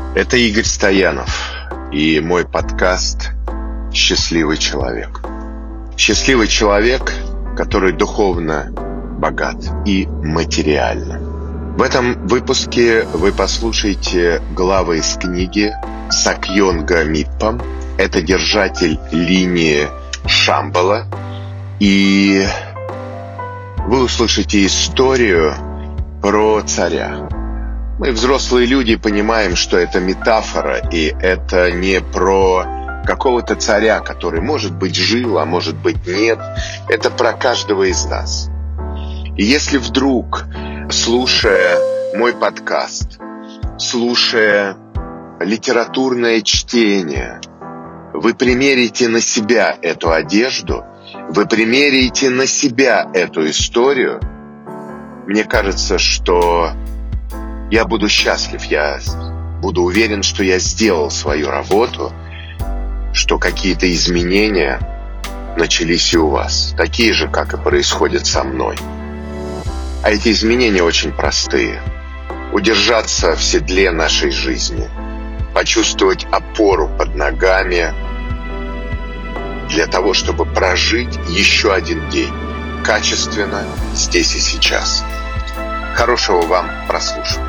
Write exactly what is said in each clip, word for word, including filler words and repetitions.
Это Игорь Стоянов и мой подкаст «Счастливый человек». Счастливый человек, который духовно богат и материально. В этом выпуске вы послушаете главы из книги Сакьонга Миппам. Это держатель линии Шамбала. И вы услышите историю про царя. Мы, взрослые люди, понимаем, что это метафора, и это не про какого-то царя, который, может быть, жил, а может быть, нет. Это про каждого из нас. И если вдруг, слушая мой подкаст, слушая литературное чтение, вы примерите на себя эту одежду, вы примерите на себя эту историю, мне кажется, что я буду счастлив, я буду уверен, что я сделал свою работу, что какие-то изменения начались и у вас, такие же, как и происходят со мной. А эти изменения очень простые. Удержаться в седле нашей жизни, почувствовать опору под ногами для того, чтобы прожить еще один день качественно здесь и сейчас. Хорошего вам прослушивания.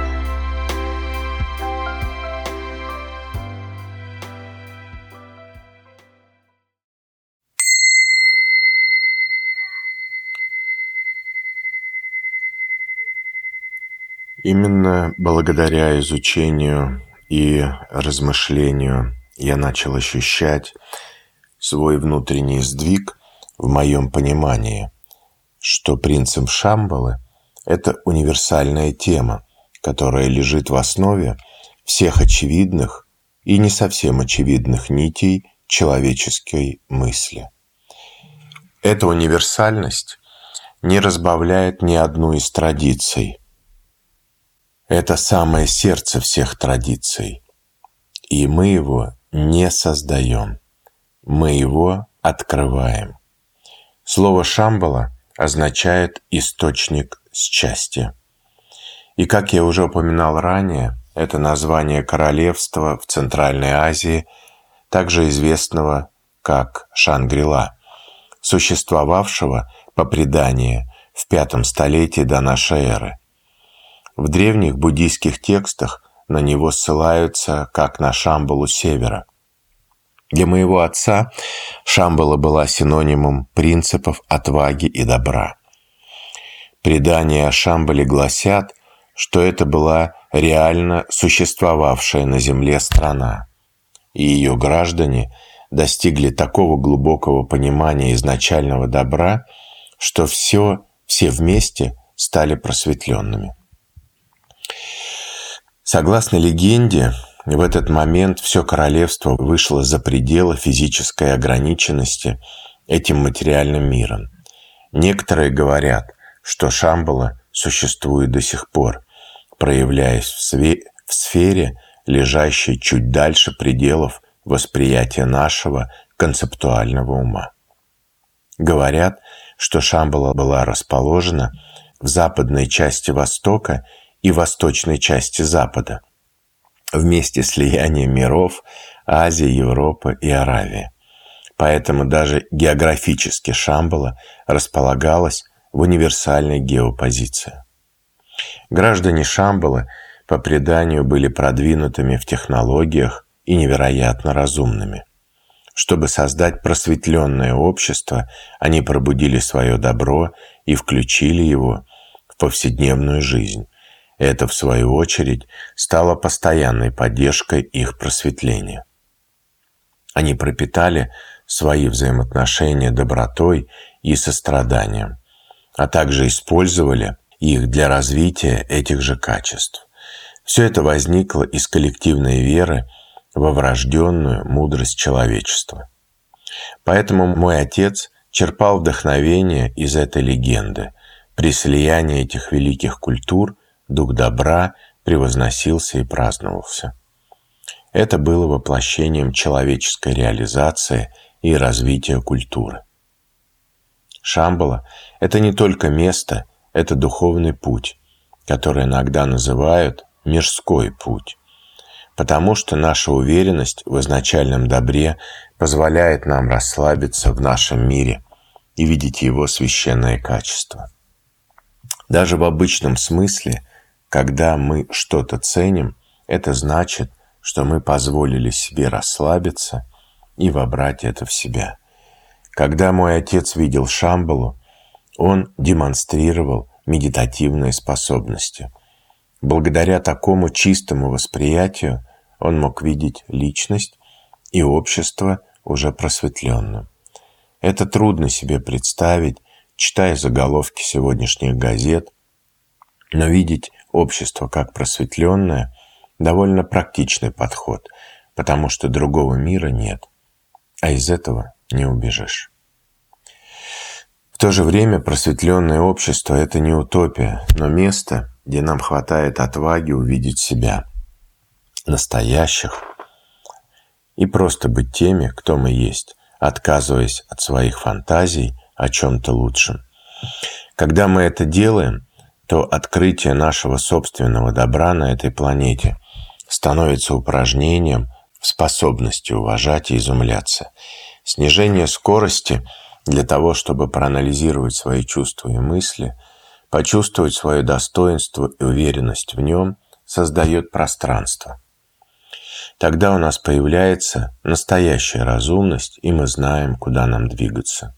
Именно благодаря изучению и размышлению я начал ощущать свой внутренний сдвиг в моем понимании, что принцип Шамбалы – это универсальная тема, которая лежит в основе всех очевидных и не совсем очевидных нитей человеческой мысли. Эта универсальность не разбавляет ни одну из традиций. Это самое сердце всех традиций, и мы его не создаем, мы его открываем. Слово «Шамбала» означает «источник счастья». И, как я уже упоминал ранее, это название королевства в Центральной Азии, также известного как Шангри-Ла, существовавшего, по преданию, в пятом столетии до нашей эры. В древних буддийских текстах на него ссылаются как на Шамбалу Севера. Для моего отца Шамбала была синонимом принципов отваги и добра. Предания о Шамбале гласят, что это была реально существовавшая на земле страна, и ее граждане достигли такого глубокого понимания изначального добра, что все, все вместе стали просветленными. Согласно легенде, в этот момент все королевство вышло за пределы физической ограниченности этим материальным миром. Некоторые говорят, что Шамбала существует до сих пор, проявляясь в, све- в сфере, лежащей чуть дальше пределов восприятия нашего концептуального ума. Говорят, что Шамбала была расположена в западной части Востока и восточной части Запада, вместе слияния миров Азии, Европы и Аравии. Поэтому даже географически Шамбала располагалась в универсальной геопозиции. Граждане Шамбалы, по преданию, были продвинутыми в технологиях и невероятно разумными. Чтобы создать просветленное общество, они пробудили свое добро и включили его в повседневную жизнь. Это, в свою очередь, стало постоянной поддержкой их просветления. Они пропитали свои взаимоотношения добротой и состраданием, а также использовали их для развития этих же качеств. Все это возникло из коллективной веры во врожденную мудрость человечества. Поэтому мой отец черпал вдохновение из этой легенды. При слиянии этих великих культур дух добра превозносился и праздновался. Это было воплощением человеческой реализации и развития культуры. Шамбала – это не только место, это духовный путь, который иногда называют мирской путь. потому что наша уверенность в изначальном добре позволяет нам расслабиться в нашем мире и видеть его священное качество. Даже в обычном смысле, когда мы что-то ценим, это значит, что мы позволили себе расслабиться и вобрать это в себя. Когда мой отец видел Шамбалу, он демонстрировал медитативные способности. Благодаря такому чистому восприятию он мог видеть личность и общество уже просветленным. Это трудно себе представить, читая заголовки сегодняшних газет, но видеть общество как просветленное – довольно практичный подход, потому что другого мира нет, а из этого не убежишь. В то же время просветленное общество – это не утопия, но место, где нам хватает отваги увидеть себя, настоящих, и просто быть теми, кто мы есть, отказываясь от своих фантазий о чем-то лучшем. Когда мы это делаем, то открытие нашего собственного добра на этой планете становится упражнением в способности уважать и изумляться. Снижение скорости для того, чтобы проанализировать свои чувства и мысли, почувствовать свое достоинство и уверенность в нем, создает пространство. Тогда у нас появляется настоящая разумность, и мы знаем, куда нам двигаться.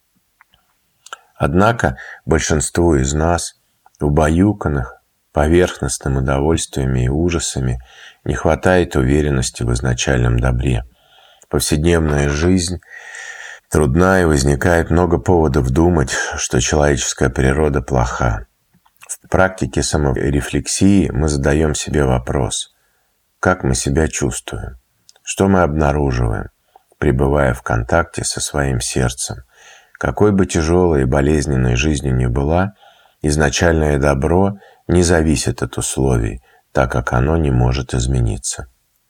Однако большинству из нас, убаюканных поверхностным удовольствиями и ужасами, не хватает уверенности в изначальном добре. Повседневная жизнь трудна, и возникает много поводов думать, что человеческая природа плоха. В практике саморефлексии мы задаем себе вопрос: как мы себя чувствуем? Что мы обнаруживаем, пребывая в контакте со своим сердцем? Какой бы тяжелой и болезненной жизнью ни была, изначальное добро не зависит от условий, так как оно не может измениться.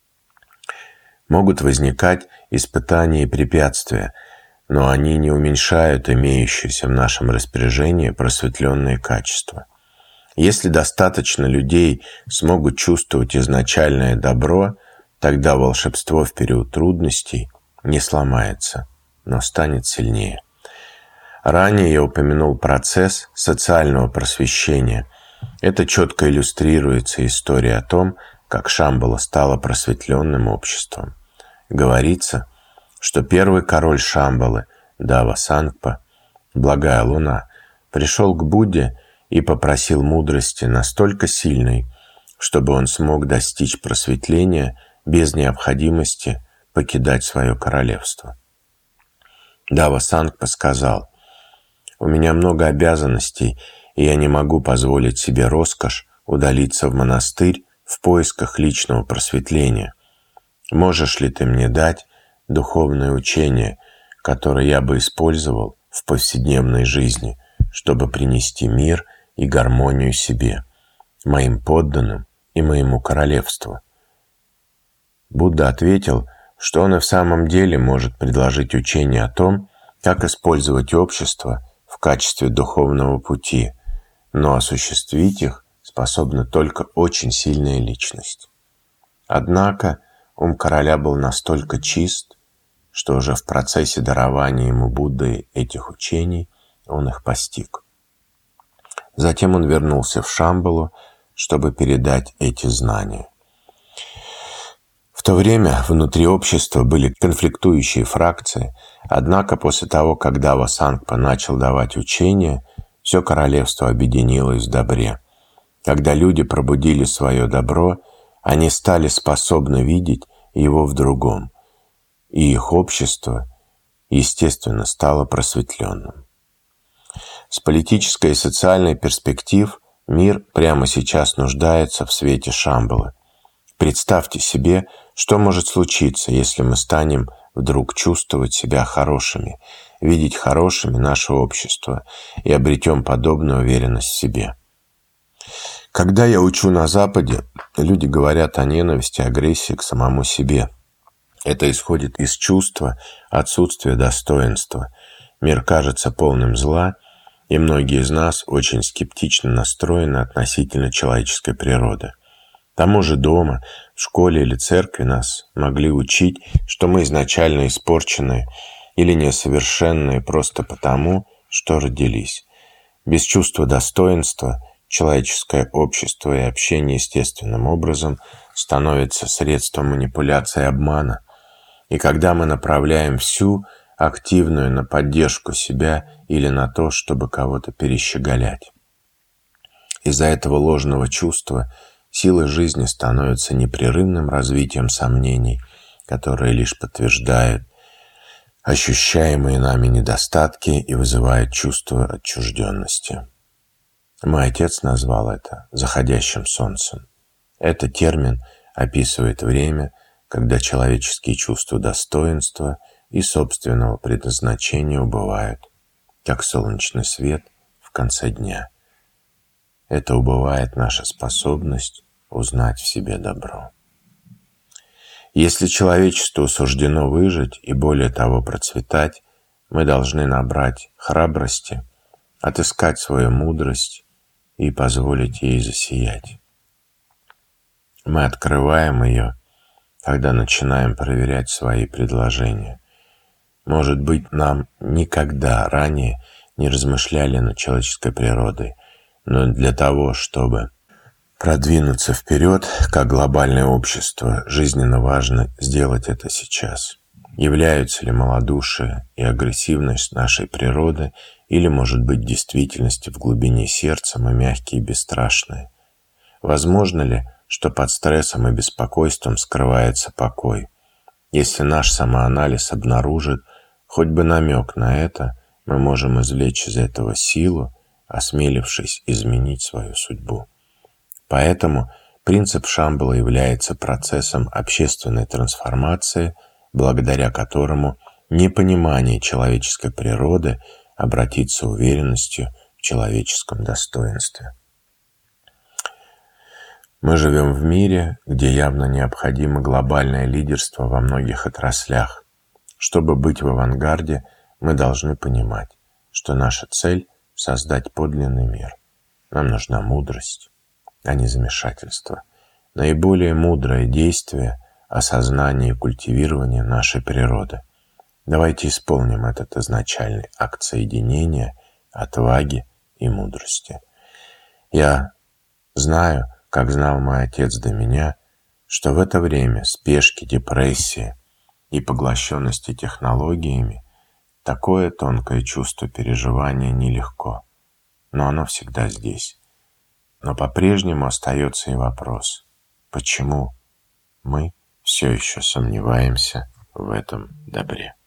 Могут возникать испытания и препятствия, но они не уменьшают имеющиеся в нашем распоряжении просветленные качества. Если достаточно людей смогут чувствовать изначальное добро, тогда волшебство в период трудностей не сломается, но станет сильнее. Ранее я упомянул процесс социального просвещения. Это четко иллюстрируется историей о том, как Шамбала стала просветленным обществом. Говорится, что первый король Шамбалы, Дава Сангпа, благая луна, пришел к Будде и попросил мудрости настолько сильной, чтобы он смог достичь просветления без необходимости покидать свое королевство. Дава Сангпа сказал: «У меня много обязанностей, и я не могу позволить себе роскошь удалиться в монастырь в поисках личного просветления. Можешь ли ты мне дать духовное учение, которое я бы использовал в повседневной жизни, чтобы принести мир и гармонию себе, моим подданным и моему королевству?» Будда ответил, что он и в самом деле может предложить учение о том, как использовать общество в качестве духовного пути, но осуществить их способна только очень сильная личность. Однако ум короля был настолько чист, что уже в процессе дарования ему Буддой этих учений он их постиг. Затем он вернулся в Шамбалу, чтобы передать эти знания. В то время внутри общества были конфликтующие фракции, однако после того, как Дава Сангпа начал давать учения, все королевство объединилось в добре. Когда люди пробудили свое добро, они стали способны видеть его в другом, и их общество, естественно, стало просветленным. С политической и социальной перспектив мир прямо сейчас нуждается в свете Шамбалы. Представьте себе, что может случиться, если мы станем вдруг чувствовать себя хорошими, видеть хорошими наше общество и обретем подобную уверенность в себе. Когда я учу на Западе, люди говорят о ненависти, агрессии к самому себе. Это исходит из чувства отсутствия достоинства. Мир кажется полным зла, и многие из нас очень скептично настроены относительно человеческой природы. Тому же дома, в школе или церкви нас могли учить, что мы изначально испорченные или несовершенные просто потому, что родились. Без чувства достоинства человеческое общество и общение естественным образом становится средством манипуляции и обмана. И когда мы направляем всю активную на поддержку себя или на то, чтобы кого-то перещеголять. Из-за этого ложного чувства сила жизни становится непрерывным развитием сомнений, которые лишь подтверждают ощущаемые нами недостатки и вызывают чувство отчужденности. Мой отец назвал это «заходящим солнцем». Этот термин описывает время, когда человеческие чувства достоинства и собственного предназначения убывают, как солнечный свет в конце дня. Это убывает наша способность узнать в себе добро. Если человечеству суждено выжить и более того процветать, мы должны набрать храбрости, отыскать свою мудрость и позволить ей засиять. Мы открываем ее, когда начинаем проверять свои предложения. Может быть, нам никогда ранее не размышляли над человеческой природой, но для того, чтобы продвинуться вперед, как глобальное общество, жизненно важно сделать это сейчас. Являются ли малодушие и агрессивность нашей природы, или, может быть, в действительности в глубине сердца мы мягкие и бесстрашные? Возможно ли, что под стрессом и беспокойством скрывается покой? Если наш самоанализ обнаружит хоть бы намек на это, мы можем извлечь из этого силу, осмелившись изменить свою судьбу. Поэтому принцип Шамбала является процессом общественной трансформации, благодаря которому непонимание человеческой природы обратится уверенностью в человеческом достоинстве. Мы живем в мире, где явно необходимо глобальное лидерство во многих отраслях. Чтобы быть в авангарде, мы должны понимать, что наша цель – создать подлинный мир. Нам нужна мудрость, а не замешательство. Наиболее мудрое действие – осознание и культивирование нашей природы. Давайте исполним этот изначальный акт соединения, отваги и мудрости. Я знаю, как знал мой отец до меня, что в это время спешки, депрессии и поглощенности технологиями такое тонкое чувство переживания нелегко, но оно всегда здесь. Но по-прежнему остается и вопрос, почему мы все еще сомневаемся в этом добре.